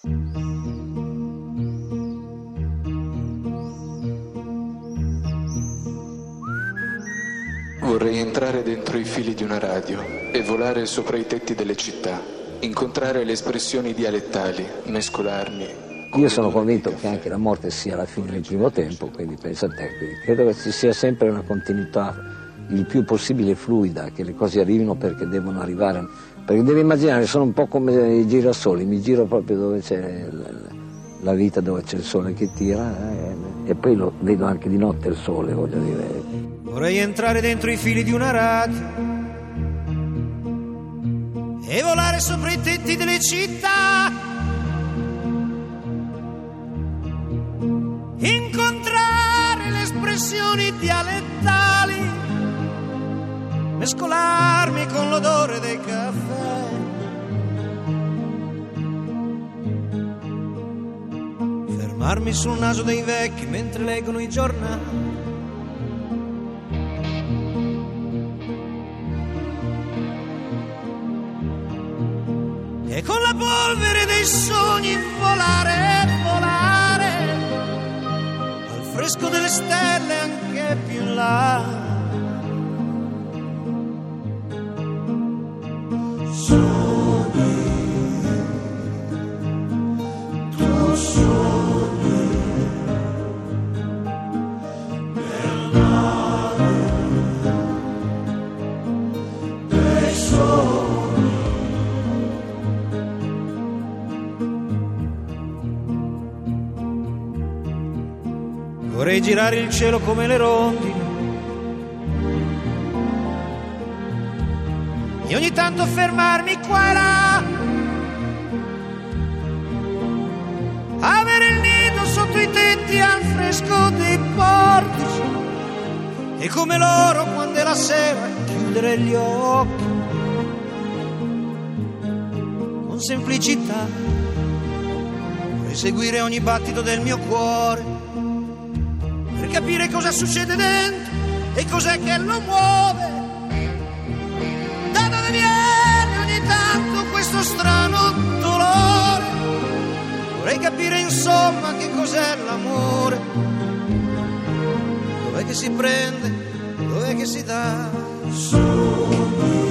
Vorrei entrare dentro i fili di una radio e volare sopra i tetti delle città, incontrare le espressioni dialettali, mescolarmi. Io sono convinto che anche la morte sia la fine del primo tempo, quindi pensa a te, quindi credo che ci sia sempre una continuità il più possibile fluida, che le cose arrivino perché devono arrivare. Perché devi immaginare, sono un po' come i girasoli, mi giro proprio dove c'è la vita, dove c'è il sole che tira, e poi lo vedo anche di notte il sole, voglio dire. Vorrei entrare dentro i fili di una radio e volare sopra i tetti delle città, incontrare le espressioni dialettali, mescolarmi con l'odore dei caffè, fermarmi sul naso dei vecchi mentre leggono i giornali, e con la polvere dei sogni volare, volare al fresco delle stelle anche più in là. Vorrei girare il cielo come le rondini e ogni tanto fermarmi qua e là, avere il nido sotto i tetti al fresco dei portici e come loro quando è la sera chiudere gli occhi con semplicità. Vorrei seguire ogni battito del mio cuore per capire cosa succede dentro e cos'è che lo muove, da dove viene ogni tanto questo strano dolore. Vorrei capire insomma che cos'è l'amore, dov'è che si prende, dov'è che si dà.